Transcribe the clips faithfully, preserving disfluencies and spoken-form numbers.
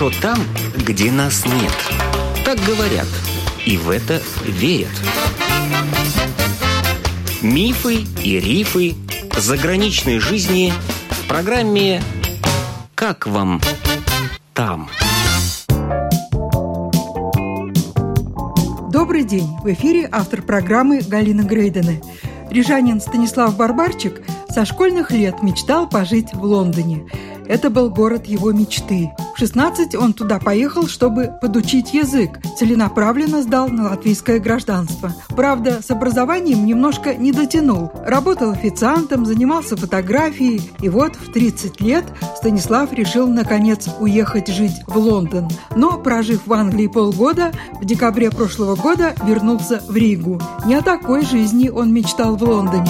хорошо там, где нас нет. Так говорят, и в это верят. Мифы и рифы заграничной жизни в программе «Как вам там?». Добрый день! В эфире автор программы Галина Грейдене. Рижанин Станислав Барбарчик со школьных лет мечтал пожить в Лондоне. Это был город его мечты. В шестнадцать он туда поехал, чтобы подучить язык. Целенаправленно сдал на латвийское гражданство. Правда, с образованием немножко не дотянул. Работал официантом, занимался фотографией. И вот в тридцать лет Станислав решил, наконец, уехать жить в Лондон. Но, прожив в Англии полгода, в декабре прошлого года вернулся в Ригу. Не о такой жизни он мечтал в Лондоне.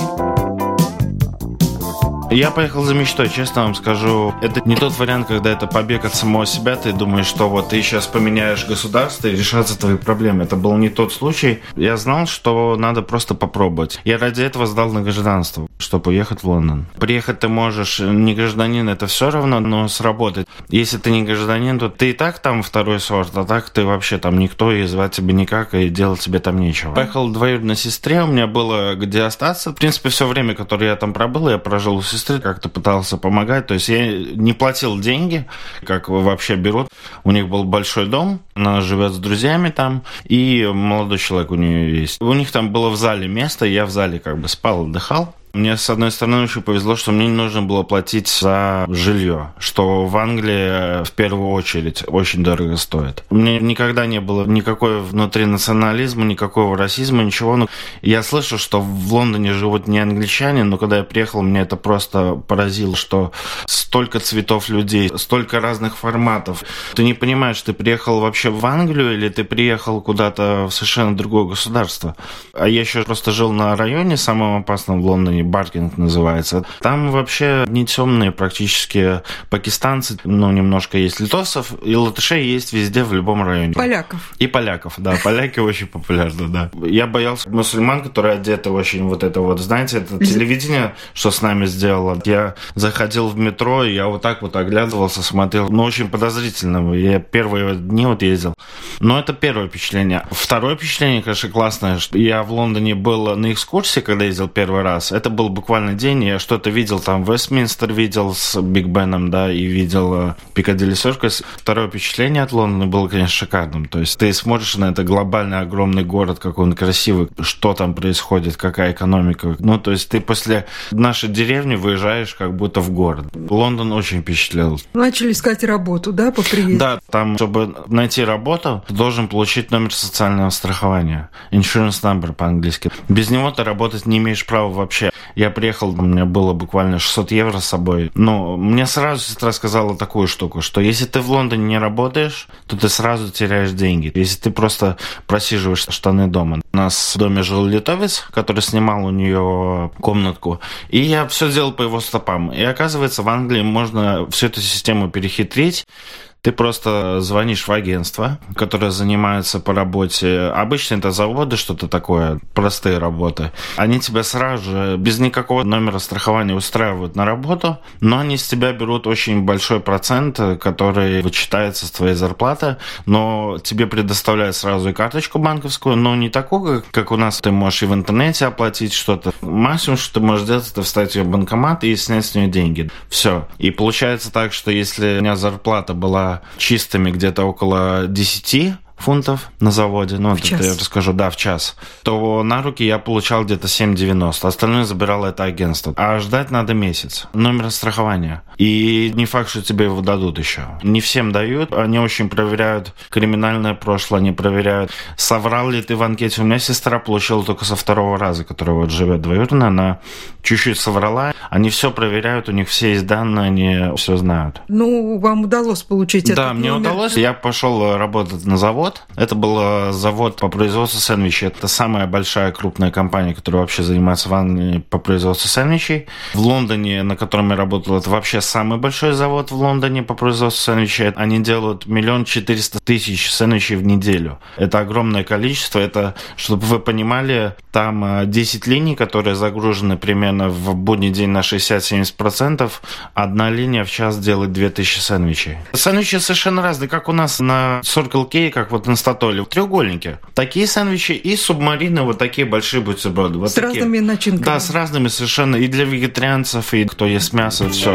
Я поехал за мечтой, честно вам скажу. Это не тот вариант, когда это побег от самого себя. Ты думаешь, что вот ты сейчас поменяешь государство и решатся твои проблемы. Это был не тот случай. Я знал, что надо просто попробовать. Я ради этого сдал на гражданство, чтобы уехать в Лондон. Приехать ты можешь, не гражданин, это все равно, но сработать. Если ты не гражданин, то ты и так там второй сорт, а так ты вообще там никто, и звать тебя никак, и делать тебе там нечего. Поехал к двоюродной сестре, у меня было где остаться. В принципе, все время, которое я там пробыл, я прожил у сестры, как-то пытался помогать. То есть я не платил деньги, как вообще берут. У них был большой дом, она живет с друзьями там, и молодой человек у нее есть. У них там было в зале место, и я в зале как бы спал, отдыхал. Мне, с одной стороны, очень повезло, что мне не нужно было платить за жилье, что в Англии в первую очередь очень дорого стоит. У меня никогда не было никакой внутринационализма, никакого расизма, ничего. Но я слышу, что в Лондоне живут не англичане, но когда я приехал, меня это просто поразило, что столько цветов людей, столько разных форматов. Ты не понимаешь, ты приехал вообще в Англию или ты приехал куда-то в совершенно другое государство. А я еще просто жил на районе, самом опасном в Лондоне, Баркинг называется. Там вообще не темные практически пакистанцы, ну, немножко есть литовцев, и латышей есть везде, в любом районе. Поляков. И поляков, да. Поляки очень популярны, да. Я боялся мусульман, которые одеты очень вот это вот, знаете, это телевидение, что с нами сделало. Я заходил в метро, и я вот так вот оглядывался, смотрел, ну, очень подозрительно. Я первые дни вот ездил. Но это первое впечатление. Второе впечатление, конечно, классное. Я в Лондоне был на экскурсии, когда ездил первый раз. Это был буквально день, я что-то видел, там Вестминстер видел с Биг Беном, да, и видел Пикадилли Серкус. Второе впечатление от Лондона было, конечно, шикарным. То есть ты смотришь на это глобальный огромный город, какой он красивый, что там происходит, какая экономика. Ну, то есть ты после нашей деревни выезжаешь как будто в город. Лондон очень впечатлил. Начали искать работу, да, по приезду? Да, там, чтобы найти работу, ты должен получить номер социального страхования. Insurance number по-английски. Без него ты работать не имеешь права вообще. Я приехал, у меня было буквально шестьсот евро с собой. Но мне сразу сестра сказала такую штуку, что если ты в Лондоне не работаешь, то ты сразу теряешь деньги. Если ты просто просиживаешь штаны дома. У нас в доме жил литовец, который снимал у нее комнатку. И я все делал по его стопам. И оказывается, в Англии можно всю эту систему перехитрить. Ты просто звонишь в агентство, которое занимается по работе. Обычно это заводы, что-то такое, простые работы. Они тебя сразу же, без никакого номера страхования, устраивают на работу, но они с тебя берут очень большой процент, который вычитается с твоей зарплаты, но тебе предоставляют сразу и карточку банковскую, но не такую, как у нас. Ты можешь и в интернете оплатить что-то. Максимум, что ты можешь сделать, это вставить ее в банкомат и снять с нее деньги. Все. И получается так, что если у меня зарплата была чистыми где-то около десять фунтов на заводе, ну, это я расскажу, да, в час, то на руки я получал где-то семь девяносто. Остальное забирало это агентство. А ждать надо месяц. Номер страхования. И не факт, что тебе его дадут еще. Не всем дают. Они очень проверяют криминальное прошлое, они проверяют, соврал ли ты в анкете. У меня сестра получила только со второго раза, которая вот живет двоюродно, она чуть-чуть соврала. Они все проверяют, у них все есть данные, они все знают. Ну, вам удалось получить это? Да, мне удалось. Я пошел работать на завод, завод. Это был завод по производству сэндвичей. Это самая большая крупная компания, которая вообще занимается в Англии по производству сэндвичей. В Лондоне, на котором я работал, это вообще самый большой завод в Лондоне по производству сэндвичей. Они делают миллион четыреста тысяч сэндвичей в неделю. Это огромное количество. Это, чтобы вы понимали, там десять линий, которые загружены примерно в будний день на шестьдесят-семьдесят процентов. Одна линия в час делает две тысячи сэндвичей. Сэндвичи совершенно разные, как у нас на Circle K, как вот на Статоле. Треугольники. Такие сэндвичи и субмарины, вот такие большие бутерброды. Вот с такие. Разными начинками. Да, с разными совершенно. И для вегетарианцев, и кто ест мясо, все.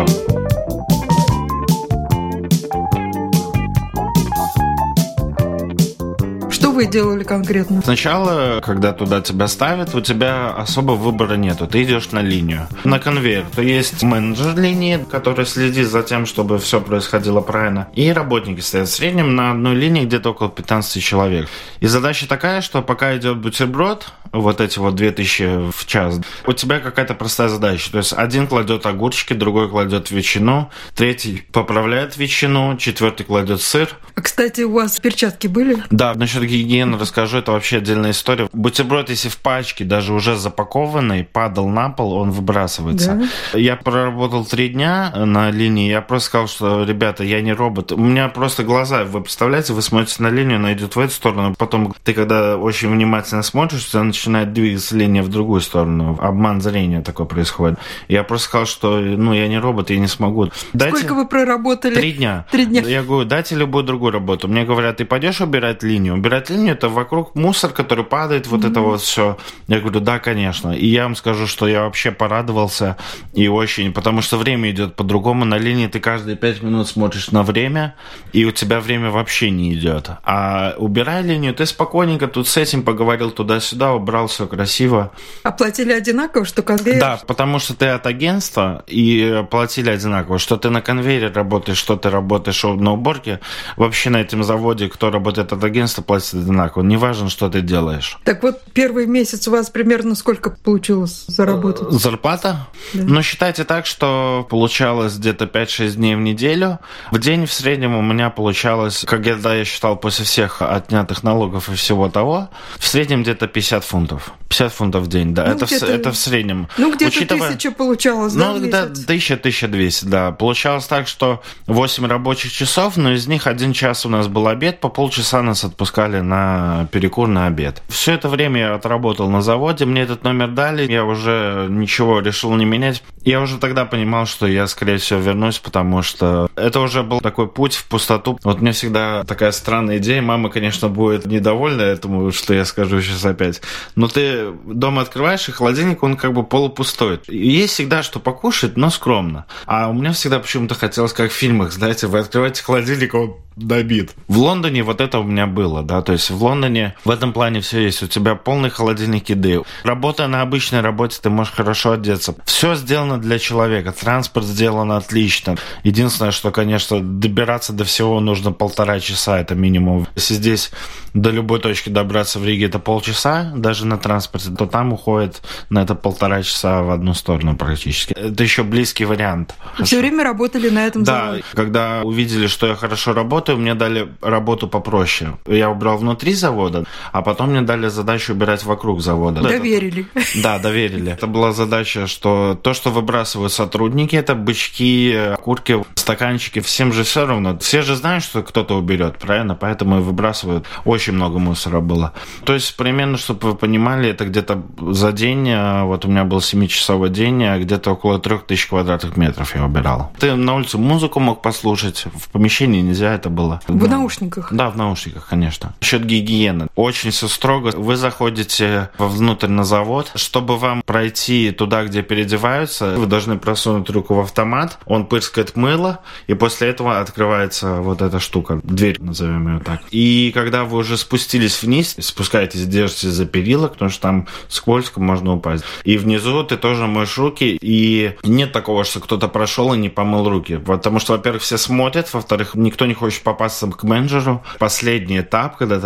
Что вы делали конкретно? Сначала, когда туда тебя ставят, у тебя особо выбора нету. Ты идешь на линию. На конвейер. То есть менеджер линии, который следит за тем, чтобы все происходило правильно. И работники стоят в среднем на одной линии где-то около пятнадцать человек. И задача такая, что пока идет бутерброд, вот эти вот две тысячи в час, у тебя какая-то простая задача. То есть один кладет огурчики, другой кладет ветчину, третий поправляет ветчину, четвертый кладет сыр. А, кстати, у вас перчатки были? Да, насчет гигиены расскажу, это вообще отдельная история. Бутерброд, если в пачке, даже уже запакованный, падал на пол, он выбрасывается. Да. Я проработал три дня на линии, я просто сказал, что, ребята, я не робот. У меня просто глаза, вы представляете, вы смотрите на линию, она идет в эту сторону, потом ты, когда очень внимательно смотришь, у тебя начинает двигаться линия в другую сторону. Обман зрения такой происходит. Я просто сказал, что, ну, я не робот, я не смогу. Дайте... Сколько вы проработали? Три дня. Три дня. Я говорю, дайте любую другую работу. Мне говорят, ты пойдешь убирать линию? Убирать линию, это вокруг мусор, который падает, вот mm-hmm. это вот все. Я говорю, да, конечно. И я вам скажу, что я вообще порадовался и очень, потому что время идет по-другому. На линии ты каждые пять минут смотришь на время, и у тебя время вообще не идет. А убирая линию, ты спокойненько тут с этим поговорил туда-сюда, убрал, все красиво. А платили одинаково, что конвейер? Да, потому что ты от агентства, и платили одинаково. Что ты на конвейере работаешь, что ты работаешь на уборке. Вообще на этом заводе, кто работает от агентства, платит одинаково. Не важно, что ты делаешь. Так вот, первый месяц у вас примерно сколько получилось заработать? Зарплата? Да. Ну, считайте так, что получалось где-то пять-шесть дней в неделю. В день в среднем у меня получалось, когда я считал после всех отнятых налогов и всего того, в среднем где-то пятьдесят фунтов. пятьдесят фунтов в день, да. Ну, это, в, это в среднем. Ну, где-то Учитывая... тысяча получалось, да, Ну, да, тысяча-тысяча двести, да. Получалось так, что восемь рабочих часов, но из них один час у нас был обед, по полчаса нас отпускали на перекур, на обед. Все это время я отработал на заводе, мне этот номер дали, я уже ничего решил не менять. Я уже тогда понимал, что я, скорее всего, вернусь, потому что это уже был такой путь в пустоту. Вот мне всегда такая странная идея. Мама, конечно, будет недовольна этому, что я скажу сейчас опять. Но ты дома открываешь, и холодильник, он как бы полупустой. И есть всегда что покушать, но скромно. А у меня всегда почему-то хотелось, как в фильмах, знаете, вы открываете холодильник, он набит. В Лондоне вот это у меня было, да, то есть в Лондоне в этом плане все есть. У тебя полный холодильник еды. Работая на обычной работе, ты можешь хорошо одеться. Все сделано для человека. Транспорт сделан отлично. Единственное, что, конечно, добираться до всего нужно полтора часа, это минимум. Если здесь до любой точки добраться в Риге это полчаса, даже на транспорте, то там уходит на это полтора часа в одну сторону практически. Это еще близкий вариант. Все время работали на этом да, заводе? Да, когда увидели, что я хорошо работаю, мне дали работу попроще. Я убрал внутри завода, а потом мне дали задачу убирать вокруг завода. Доверили. Это, да, доверили. Это была задача, что то, что выбрасывают сотрудники, это бычки, окурки, стаканчики, всем же все равно. Все же знают, что кто-то уберет, правильно? Поэтому и выбрасывают. Очень много мусора было. То есть, примерно, чтобы вы понимали, это где-то за день, вот у меня был семичасовой день, где-то около трех тысяч квадратных метров я убирал. Ты на улице музыку мог послушать, в помещении нельзя это было. В да. наушниках? Да, в наушниках, конечно. Насчет гигиены. Очень все строго. Вы заходите вовнутрь на завод. Чтобы вам пройти туда, где переодеваются, вы должны просунуть руку в автомат, он пырскает мыло, и после этого открывается вот эта штука, дверь, назовем ее так. И когда вы уже спустились вниз, спускаетесь, держитесь за перила, потому что там скользко, можно упасть. И внизу ты тоже моешь руки, и нет такого, что кто-то прошел и не помыл руки. Потому что, во-первых, все смотрят, во-вторых, никто не хочет попасться к менеджеру. Последний этап, когда ты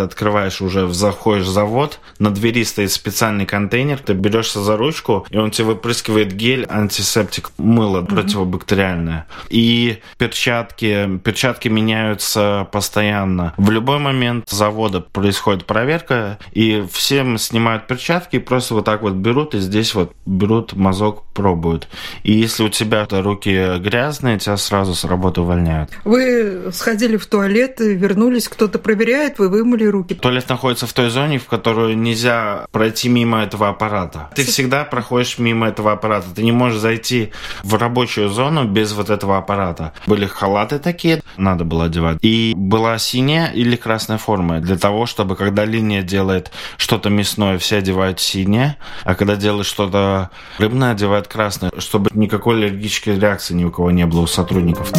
ты открываешь уже, заходишь в завод, на двери стоит специальный контейнер, ты берешься за ручку, и он тебе выпрыскивает гель, антисептик, мыло противобактериальное. И перчатки, перчатки меняются постоянно. В любой момент завода происходит проверка, и всем снимают перчатки, и просто вот так вот берут, и здесь вот берут мазок, пробуют. И если у тебя руки грязные, тебя сразу с работы увольняют. Вы сходили в туалет, вернулись, кто-то проверяет, вы вымыли руки. Туалет находится в той зоне, в которую нельзя пройти мимо этого аппарата. Ты всегда проходишь мимо этого аппарата. Ты не можешь зайти в рабочую зону без вот этого аппарата. Были халаты такие, надо было одевать. И была синяя или красная форма для того, чтобы когда линия делает что-то мясное, все одевают синее, а когда делают что-то рыбное, одевают красное, чтобы никакой аллергической реакции ни у кого не было у сотрудников.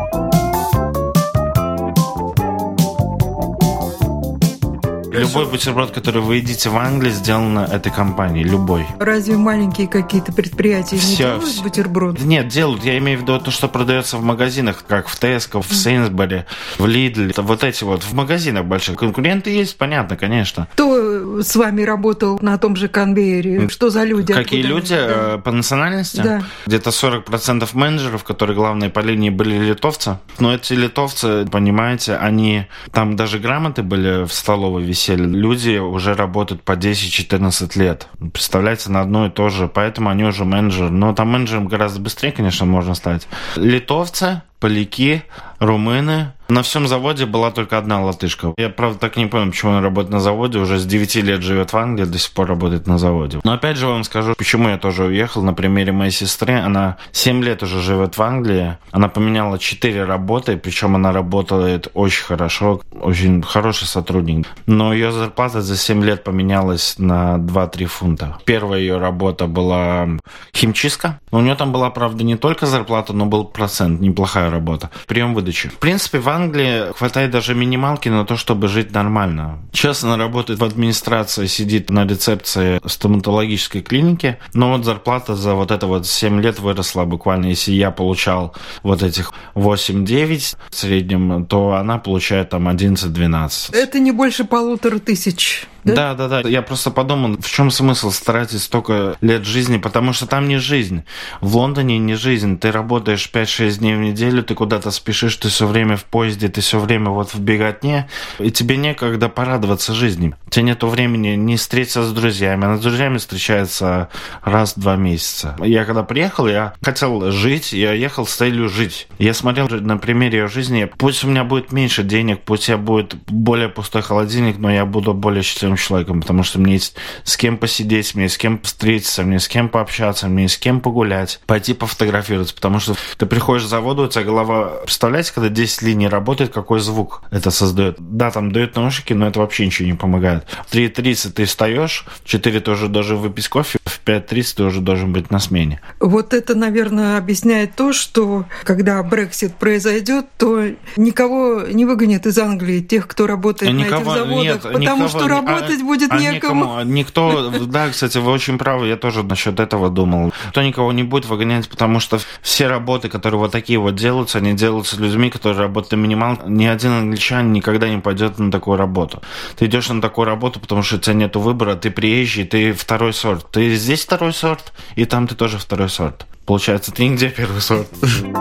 Любой бутерброд, который вы едите в Англии, сделан этой компанией. Любой. Разве маленькие какие-то предприятия все, не делают все. бутерброд? Нет, делают. Я имею в виду то, что продается в магазинах, как в Tesco, в Сейнсбери, в Lidl. Вот эти вот. В магазинах больших. Конкуренты есть, понятно, конечно. Кто с вами работал на том же конвейере? Что за люди? Какие Откуда люди? они? Да. По национальности? Да. Где-то сорок процентов менеджеров, которые главные по линии, были литовцы. Но эти литовцы, понимаете, они... Там даже грамоты были в столовой висели. Люди уже работают по десять-четырнадцать лет. Представляете, на одно и то же. Поэтому они уже менеджеры. Но там менеджером гораздо быстрее, конечно, можно стать. Литовцы, поляки, румыны. На всем заводе была только одна латышка. Я, правда, так не понял, почему она работает на заводе. Уже с девяти лет живет в Англии, до сих пор работает на заводе. Но опять же вам скажу, почему я тоже уехал. На примере моей сестры. Она семь лет уже живет в Англии. Она поменяла четыре работы, причем она работает очень хорошо. Очень хороший сотрудник. Но ее зарплата за семь лет поменялась на два-три фунта. Первая ее работа была химчистка. У нее там была, правда, не только зарплата, но был процент. Неплохая работа. Прием выдачи. В принципе, в Англии хватает даже минималки на то, чтобы жить нормально. Сейчас она работает в администрации, сидит на рецепции стоматологической клиники, но вот зарплата за вот это вот семь лет выросла буквально. Если я получал вот этих восемь-девять в среднем, то она получает там одиннадцать-двенадцать. Это не больше полутора тысяч. Да? Да, да, да. Я просто подумал, в чем смысл тратить столько лет жизни, потому что там не жизнь. В Лондоне не жизнь. Ты работаешь пять-шесть дней в неделю, ты куда-то спешишь, ты все время в поезде, ты все время вот в беготне, и тебе некогда порадоваться жизни. У тебя нету времени не встретиться с друзьями. Она с друзьями встречается раз в два месяца. Я когда приехал, я хотел жить, я ехал с целью жить. Я смотрел на примере ее жизни. Пусть у меня будет меньше денег, пусть я будет более пустой холодильник, но я буду более счастливым человеком, потому что мне есть с кем посидеть, мне с кем встретиться, мне с кем пообщаться, мне с кем погулять, пойти пофотографироваться, потому что ты приходишь в завод, у тебя голова... Представляете, когда десять линий работает, какой звук это создает? Да, там дают наушники, но это вообще ничего не помогает. В три тридцать ты встаешь, в четыре ты уже должен выпить кофе, в пять тридцать ты уже должен быть на смене. Вот это, наверное, объясняет то, что когда Брексит произойдет, то никого не выгонят из Англии, тех, кто работает никого, на этих заводах, нет, потому никого, что работать а, будет а некому. Никому, никто, да, кстати, вы очень правы, я тоже насчет этого думал. Никто никого не будет выгонять, потому что все работы, которые вот такие вот делаются, они делаются людьми, которые работают на минимал. Ни один англичанин никогда не пойдет на такую работу. Ты идешь на такую работу, потому что у тебя нет выбора, ты приезжий, ты второй сорт. Ты здесь второй сорт, и там ты тоже второй сорт. Получается, ты нигде первый сорт.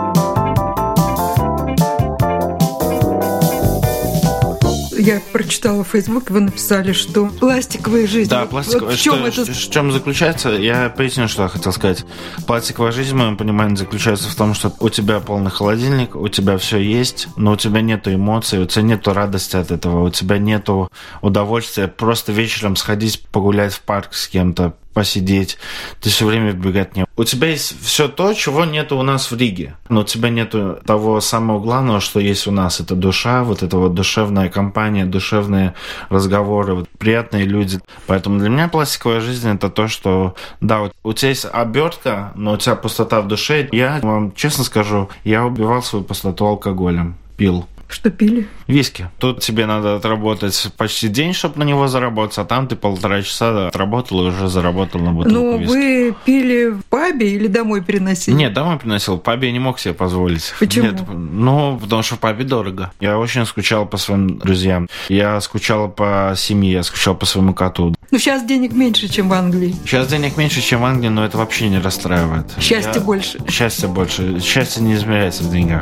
Я прочитала в Фейсбуке, вы написали, что пластиковая жизнь. Да, пластиковая. Вот в чем что, это? В чем заключается? Я поясню, что я хотел сказать. Пластиковая жизнь, в моем понимании, заключается в том, что у тебя полный холодильник, у тебя все есть, но у тебя нету эмоций, у тебя нету радости от этого, у тебя нету удовольствия просто вечером сходить погулять в парк с кем-то, посидеть, ты все время в беготне. У тебя есть все то, чего нету у нас в Риге, но у тебя нету того самого главного, что есть у нас. Это душа, вот эта вот душевная компания, душевные разговоры, вот, приятные люди. Поэтому для меня пластиковая жизнь — это то, что, да, вот, у тебя есть обертка, но у тебя пустота в душе. Я вам честно скажу, я убивал свою пустоту алкоголем, пил. Что пили? Виски. Тут тебе надо отработать почти день, чтобы на него заработать, а там ты полтора часа отработал и уже заработал на бутылку Ну, виски. вы пили в пабе или домой приносили? Нет, домой приносил. В пабе я не мог себе позволить. Почему? Нет, ну, потому что в пабе дорого. Я очень скучал по своим друзьям. Я скучал по семье, я скучал по своему коту. Ну, сейчас денег меньше, чем в Англии. Сейчас денег меньше, чем в Англии, но это вообще не расстраивает. Счастья Я... больше. Счастья больше. Счастье не измеряется в деньгах.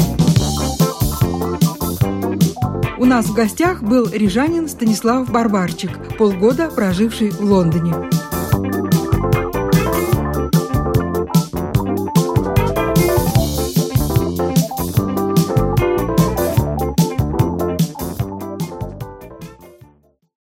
У нас в гостях был рижанин Станислав Барбарчик, полгода проживший в Лондоне.